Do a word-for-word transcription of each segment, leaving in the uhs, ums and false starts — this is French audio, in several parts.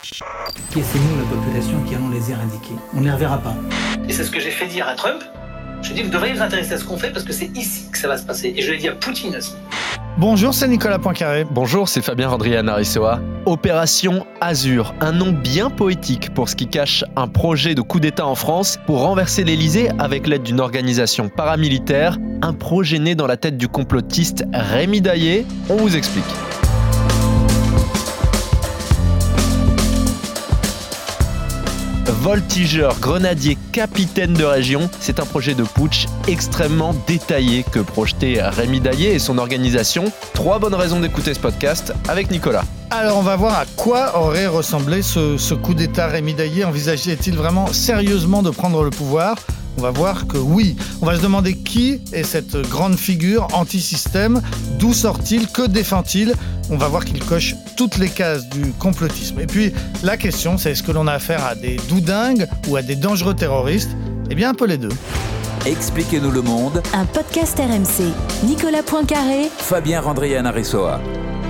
Et c'est nous, la population, qui allons les éradiquer. On ne les reverra pas. Et c'est ce que j'ai fait dire à Trump. Je lui ai dit, vous devriez vous intéresser à ce qu'on fait parce que c'est ici que ça va se passer. Et je l'ai dit à Poutine aussi. Bonjour, c'est Nicolas Poincaré. Bonjour, c'est Fabien Rodrian-Arissoa. Opération Azur, un nom bien poétique pour ce qui cache un projet de coup d'État en France pour renverser l'Élysée avec l'aide d'une organisation paramilitaire. Un projet né dans la tête du complotiste Rémi Daillé. On vous explique. Voltigeur, grenadier, capitaine de région, c'est un projet de putsch extrêmement détaillé que projetait Rémi Daillé et son organisation. Trois bonnes raisons d'écouter ce podcast avec Nicolas. Alors on va voir à quoi aurait ressemblé ce, ce coup d'État. Rémi Daillé envisageait-il vraiment sérieusement de prendre le pouvoir ? On va voir que oui. On va se demander qui est cette grande figure anti-système, d'où sort-il, que défend-il ? On va voir qu'il coche toutes les cases du complotisme. Et puis la question, c'est est-ce que l'on a affaire à des doudingues ou à des dangereux terroristes ? Eh bien un peu les deux. Expliquez-nous le monde. Un podcast R M C. Nicolas Poincaré. Fabien Rodrian-Arissoa.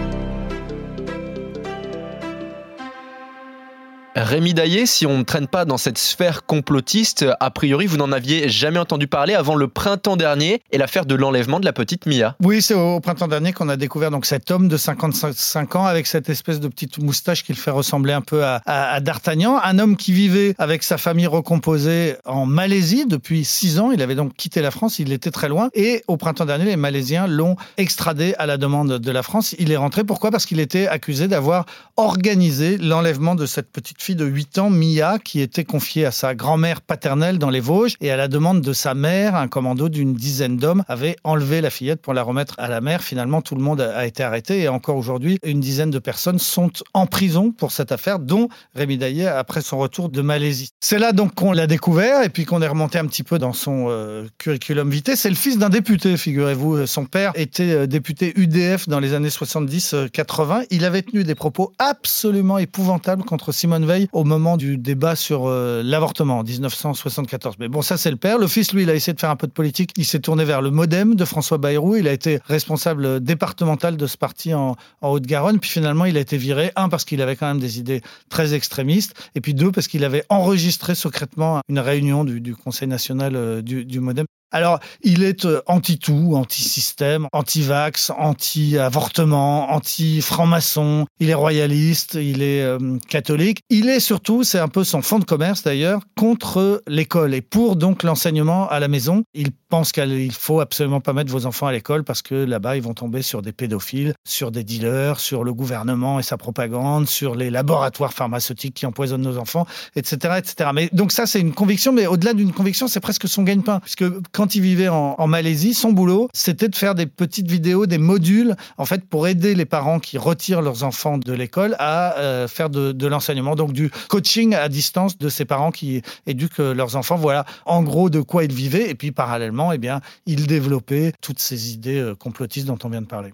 Rémi Daillé, si on ne traîne pas dans cette sphère complotiste, a priori, vous n'en aviez jamais entendu parler avant le printemps dernier et l'affaire de l'enlèvement de la petite Mia. Oui, c'est au printemps dernier qu'on a découvert donc cet homme de cinquante-cinq ans avec cette espèce de petite moustache qui le fait ressembler un peu à, à, à D'Artagnan. Un homme qui vivait avec sa famille recomposée en Malaisie depuis six ans. Il avait donc quitté la France, il était très loin. Et au printemps dernier, les Malaisiens l'ont extradé à la demande de la France. Il est rentré. Pourquoi ? Parce qu'il était accusé d'avoir organisé l'enlèvement de cette petite fille de huit ans, Mia, qui était confiée à sa grand-mère paternelle dans les Vosges. Et à la demande de sa mère, un commando d'une dizaine d'hommes avait enlevé la fillette pour la remettre à la mère. Finalement, tout le monde a été arrêté. Et encore aujourd'hui, une dizaine de personnes sont en prison pour cette affaire, dont Rémi Daillé après son retour de Malaisie. C'est là donc qu'on l'a découvert et puis qu'on est remonté un petit peu dans son euh, curriculum vitae. C'est le fils d'un député, figurez-vous. Son père était euh, député U D F dans les années soixante-dix quatre-vingts. Il avait tenu des propos absolument épouvantables contre Simone Veil au moment du débat sur euh, l'avortement en dix-neuf cent soixante-quatorze. Mais bon, ça c'est le père. Le fils, lui, il a essayé de faire un peu de politique. Il s'est tourné vers le MoDem de François Bayrou. Il a été responsable départemental de ce parti en, en Haute-Garonne. Puis finalement, il a été viré. Un, parce qu'il avait quand même des idées très extrémistes. Et puis deux, parce qu'il avait enregistré secrètement une réunion du, du Conseil national euh, du, du MoDem. Alors, il est anti-tout, anti-système, anti-vax, anti-avortement, anti-franc-maçon, il est royaliste, il est euh, catholique. Il est surtout, c'est un peu son fond de commerce d'ailleurs, contre l'école et pour donc l'enseignement à la maison. Il pense qu'il faut absolument pas mettre vos enfants à l'école parce que là-bas, ils vont tomber sur des pédophiles, sur des dealers, sur le gouvernement et sa propagande, sur les laboratoires pharmaceutiques qui empoisonnent nos enfants, et cetera, et cetera. Mais donc ça, c'est une conviction, mais au-delà d'une conviction, c'est presque son gagne-pain, puisque quand il vivait en, en Malaisie, son boulot, c'était de faire des petites vidéos, des modules, en fait, pour aider les parents qui retirent leurs enfants de l'école à euh, faire de, de l'enseignement, donc du coaching à distance de ces parents qui éduquent leurs enfants. Voilà, en gros, de quoi il vivait. Et puis, parallèlement, eh bien, il développait toutes ces idées euh, complotistes dont on vient de parler.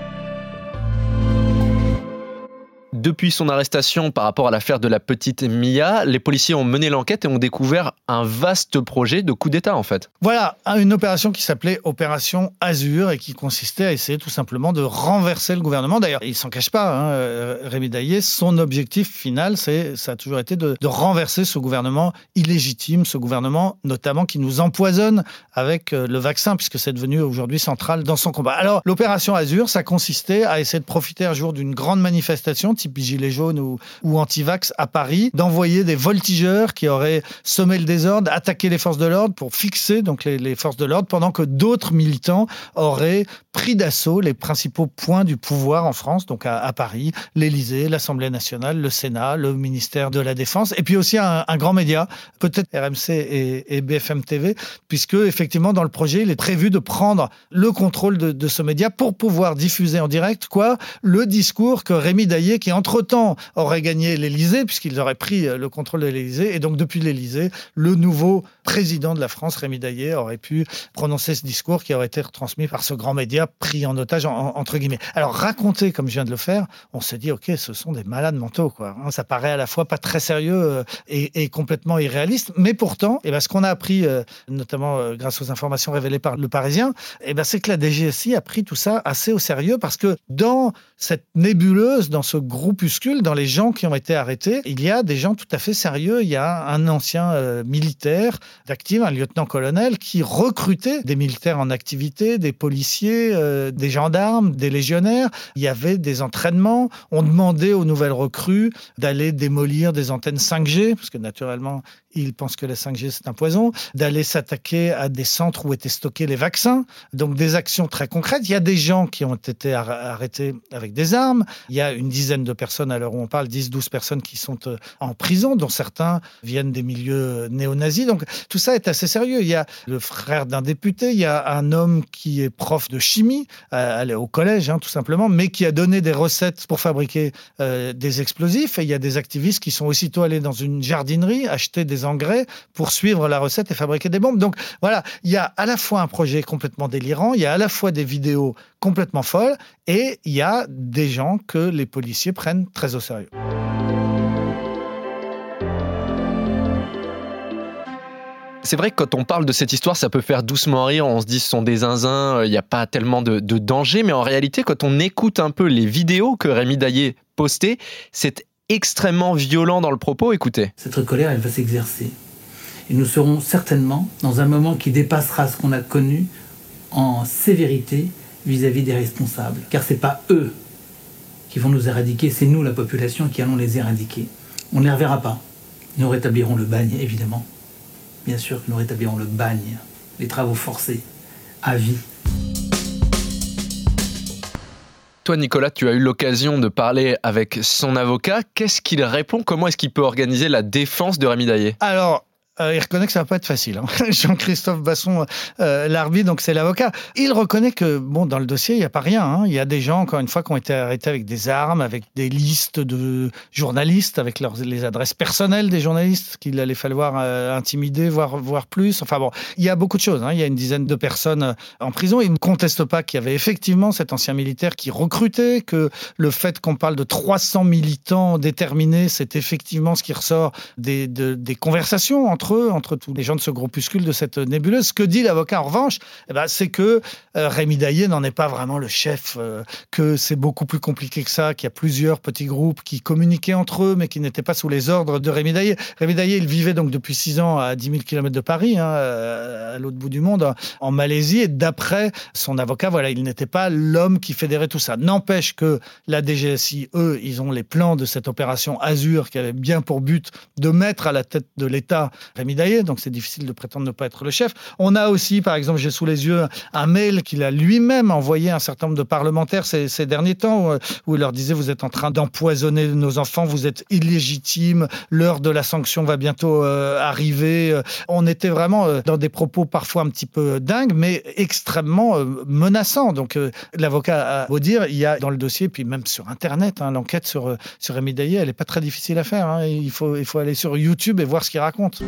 Depuis son arrestation par rapport à l'affaire de la petite Mia, les policiers ont mené l'enquête et ont découvert un vaste projet de coup d'État en fait. Voilà, une opération qui s'appelait Opération Azur et qui consistait à essayer tout simplement de renverser le gouvernement. D'ailleurs, il ne s'en cache pas, hein, Rémi Daillé, son objectif final, c'est, ça a toujours été de, de renverser ce gouvernement illégitime, ce gouvernement notamment qui nous empoisonne avec le vaccin puisque c'est devenu aujourd'hui central dans son combat. Alors, l'Opération Azur, ça consistait à essayer de profiter un jour d'une grande manifestation type Gilets jaunes ou, ou anti-vax à Paris, d'envoyer des voltigeurs qui auraient semé le désordre, attaqué les forces de l'ordre pour fixer donc les, les forces de l'ordre, pendant que d'autres militants auraient pris d'assaut les principaux points du pouvoir en France, donc à, à Paris, l'Élysée, l'Assemblée nationale, le Sénat, le ministère de la Défense, et puis aussi un, un grand média, peut-être R M C et, et B F M T V, puisque effectivement dans le projet, il est prévu de prendre le contrôle de, de ce média pour pouvoir diffuser en direct quoi, le discours que Rémi Daillé, qui entre-temps aurait gagné l'Élysée, puisqu'ils auraient pris le contrôle de l'Élysée, et donc depuis l'Élysée, le nouveau président de la France, Rémi Daillé, aurait pu prononcer ce discours qui aurait été retransmis par ce grand média pris en otage, en, entre guillemets. Alors, raconté comme je viens de le faire, on se dit, ok, ce sont des malades mentaux, quoi. Ça paraît à la fois pas très sérieux et, et complètement irréaliste, mais pourtant, eh ben, ce qu'on a appris, notamment grâce aux informations révélées par Le Parisien, eh ben, c'est que la D G S I a pris tout ça assez au sérieux, parce que dans cette nébuleuse, dans ce gros groupuscule, dans les gens qui ont été arrêtés, il y a des gens tout à fait sérieux. Il y a un ancien euh, militaire d'active, un lieutenant-colonel, qui recrutait des militaires en activité, des policiers, euh, des gendarmes, des légionnaires. Il y avait des entraînements. On demandait aux nouvelles recrues d'aller démolir des antennes cinq G, parce que naturellement, ils pensent que la cinq G, c'est un poison, d'aller s'attaquer à des centres où étaient stockés les vaccins. Donc, des actions très concrètes. Il y a des gens qui ont été arrêtés avec des armes. Il y a une dizaine de personnes, à l'heure où on parle, dix douze personnes qui sont en prison, dont certains viennent des milieux néo-nazis. Donc, tout ça est assez sérieux. Il y a le frère d'un député, il y a un homme qui est prof de chimie, euh, au collège, hein, tout simplement, mais qui a donné des recettes pour fabriquer euh, des explosifs. Et il y a des activistes qui sont aussitôt allés dans une jardinerie, acheter des engrais pour suivre la recette et fabriquer des bombes. Donc voilà, il y a à la fois un projet complètement délirant, il y a à la fois des vidéos complètement folles et il y a des gens que les policiers prennent très au sérieux. C'est vrai que quand on parle de cette histoire, ça peut faire doucement rire. On se dit ce sont des zinzins, il n'y a pas tellement de, de danger. Mais en réalité, quand on écoute un peu les vidéos que Rémi Daillé postait, c'est extrêmement violent dans le propos. Écoutez. Cette colère, elle va s'exercer. Et nous serons certainement dans un moment qui dépassera ce qu'on a connu en sévérité vis-à-vis des responsables. Car ce n'est pas eux qui vont nous éradiquer, c'est nous, la population, qui allons les éradiquer. On ne les reverra pas. Nous rétablirons le bagne, évidemment. Bien sûr que nous rétablirons le bagne, les travaux forcés, à vie. Toi, Nicolas, tu as eu l'occasion de parler avec son avocat. Qu'est-ce qu'il répond ? Comment est-ce qu'il peut organiser la défense de Rémi Daillé ? Alors, Euh, il reconnaît que ça va pas être facile. Hein. Jean-Christophe Basson, euh, l'arbitre, donc c'est l'avocat. Il reconnaît que, bon, dans le dossier, il n'y a pas rien. Hein. Il y a des gens, encore une fois, qui ont été arrêtés avec des armes, avec des listes de journalistes, avec leurs, les adresses personnelles des journalistes qu'il allait falloir euh, intimider, voire, voire plus. Enfin bon, il y a beaucoup de choses. Hein. Il y a une dizaine de personnes en prison. Il ne conteste pas qu'il y avait effectivement cet ancien militaire qui recrutait, que le fait qu'on parle de trois cents militants déterminés, c'est effectivement ce qui ressort des, de, des conversations entre eux, entre tous les gens de ce groupuscule, de cette nébuleuse. Ce que dit l'avocat, en revanche, eh ben, c'est que euh, Rémi Daillé n'en est pas vraiment le chef, euh, que c'est beaucoup plus compliqué que ça, qu'il y a plusieurs petits groupes qui communiquaient entre eux, mais qui n'étaient pas sous les ordres de Rémi Daillé. Rémi Daillé, il vivait donc depuis six ans à dix mille kilomètres de Paris, hein, à l'autre bout du monde, en Malaisie, et d'après son avocat, voilà, il n'était pas l'homme qui fédérait tout ça. N'empêche que la D G S I, eux, ils ont les plans de cette opération Azur qui avait bien pour but de mettre à la tête de l'État Rémi Daillé, donc c'est difficile de prétendre ne pas être le chef. On a aussi, par exemple, j'ai sous les yeux un mail qu'il a lui-même envoyé à un certain nombre de parlementaires ces, ces derniers temps, où, où il leur disait « Vous êtes en train d'empoisonner nos enfants, vous êtes illégitimes, l'heure de la sanction va bientôt euh, arriver ». On était vraiment euh, dans des propos parfois un petit peu dingues, mais extrêmement euh, menaçants. Donc euh, l'avocat a beau dire, il y a dans le dossier, puis même sur Internet, hein, l'enquête sur, sur Rémi Daillé, elle n'est pas très difficile à faire. Hein. Il faut, il faut aller sur YouTube et voir ce qu'il raconte.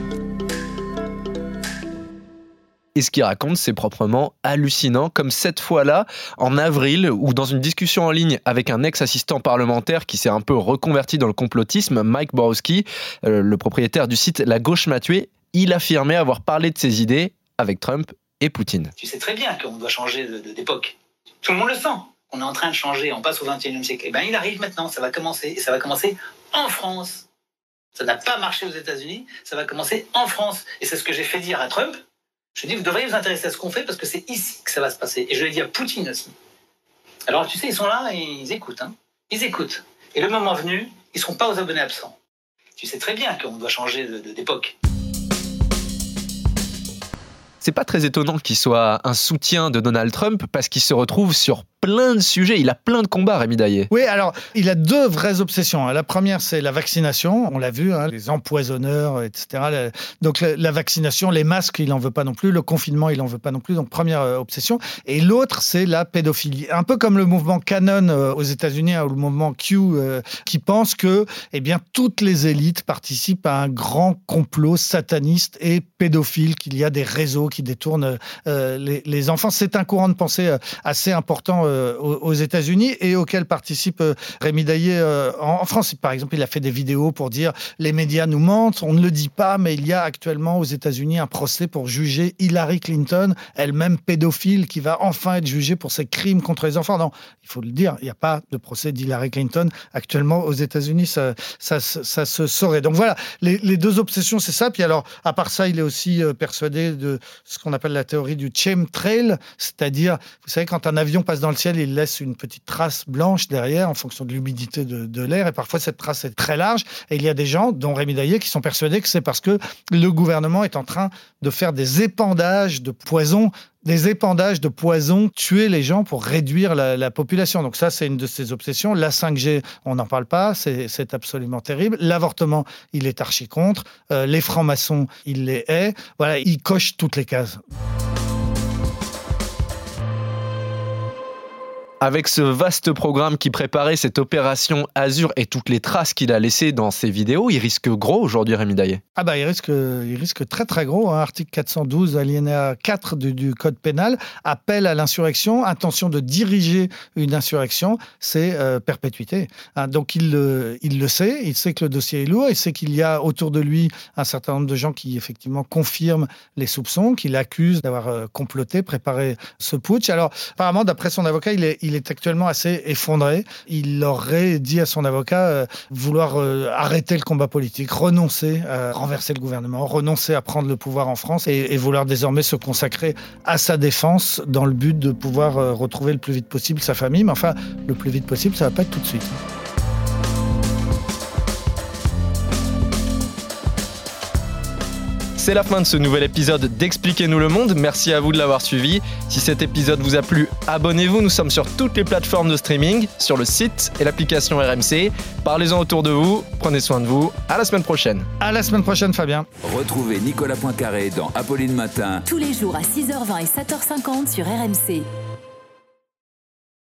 Et ce qu'il raconte, c'est proprement hallucinant, comme cette fois-là, en avril, où dans une discussion en ligne avec un ex-assistant parlementaire qui s'est un peu reconverti dans le complotisme, Mike Borowski, euh, le propriétaire du site La Gauche m'a tué, il affirmait avoir parlé de ses idées avec Trump et Poutine. Tu sais très bien qu'on doit changer de, de, d'époque. Tout le monde le sent. On est en train de changer, on passe au vingt et unième siècle. Et bien il arrive maintenant, ça va commencer. Et ça va commencer en France. Ça n'a pas marché aux États-Unis, ça va commencer en France. Et c'est ce que j'ai fait dire à Trump. Je lui ai dit, vous devriez vous intéresser à ce qu'on fait parce que c'est ici que ça va se passer. Et je l'ai dit à Poutine aussi. Alors, tu sais, ils sont là et ils écoutent. Hein. Ils écoutent. Et le moment venu, ils ne seront pas aux abonnés absents. Tu sais très bien qu'on doit changer de, de, d'époque. C'est pas très étonnant qu'il soit un soutien de Donald Trump parce qu'il se retrouve sur plein de sujets. Il a plein de combats, Rémi Daillé. Oui, alors, il a deux vraies obsessions. La première, c'est la vaccination. On l'a vu, hein, les empoisonneurs, et cetera. Donc, la, la vaccination, les masques, il n'en veut pas non plus. Le confinement, il n'en veut pas non plus. Donc, première euh, obsession. Et l'autre, c'est la pédophilie. Un peu comme le mouvement Canon euh, aux États-Unis, hein, ou le mouvement Q, euh, qui pense que, eh bien, toutes les élites participent à un grand complot sataniste et pédophile, qu'il y a des réseaux qui détournent euh, les, les enfants. C'est un courant de pensée euh, assez important euh, euh, aux, aux États-Unis et auquel participe euh, Rémi Daillé euh, en, en France. Par exemple, il a fait des vidéos pour dire les médias nous mentent, on ne le dit pas, mais il y a actuellement aux États-Unis un procès pour juger Hillary Clinton, elle-même pédophile, qui va enfin être jugée pour ses crimes contre les enfants. Non, il faut le dire, il n'y a pas de procès d'Hillary Clinton actuellement aux États-Unis, ça, ça, ça, ça se saurait. Donc voilà, les, les deux obsessions, c'est ça. Puis alors, à part ça, il est aussi euh, persuadé de ce qu'on appelle la théorie du chemtrail, c'est-à-dire, vous savez, quand un avion passe dans le ciel, il laisse une petite trace blanche derrière en fonction de l'humidité de, de l'air, et parfois cette trace est très large. Et il y a des gens, dont Rémi Daillé, qui sont persuadés que c'est parce que le gouvernement est en train de faire des épandages de poison, des épandages de poison, tuer les gens pour réduire la, la population. Donc ça, c'est une de ses obsessions. La cinq G, on n'en parle pas, c'est, c'est absolument terrible. L'avortement, il est archi contre. Euh, les francs-maçons, il les hait. Voilà, il coche toutes les cases. Avec ce vaste programme qui préparait cette opération Azur et toutes les traces qu'il a laissées dans ses vidéos, il risque gros aujourd'hui, Rémi Daillé. Ah bah il risque, il risque très très gros. Hein. Article quatre cent douze, alinéa quatre du, du Code pénal, appel à l'insurrection, intention de diriger une insurrection, c'est euh, perpétuité. Hein, donc il, euh, il le sait, il sait que le dossier est lourd, il sait qu'il y a autour de lui un certain nombre de gens qui effectivement confirment les soupçons, qui l'accusent d'avoir euh, comploté, préparé ce putsch. Alors apparemment, d'après son avocat, il est, il est actuellement assez effondré. Il aurait dit à son avocat euh, vouloir euh, arrêter le combat politique, renoncer à renverser le gouvernement, renoncer à prendre le pouvoir en France et, et vouloir désormais se consacrer à sa défense dans le but de pouvoir euh, retrouver le plus vite possible sa famille. Mais enfin, le plus vite possible, ça va pas être tout de suite. C'est la fin de ce nouvel épisode d'Expliquez-nous le monde. Merci à vous de l'avoir suivi. Si cet épisode vous a plu, abonnez-vous. Nous sommes sur toutes les plateformes de streaming, sur le site et l'application R M C. Parlez-en autour de vous. Prenez soin de vous. À la semaine prochaine. À la semaine prochaine, Fabien. Retrouvez Nicolas Poincaré dans Apolline Matin. Tous les jours à six heures vingt et sept heures cinquante sur R M C.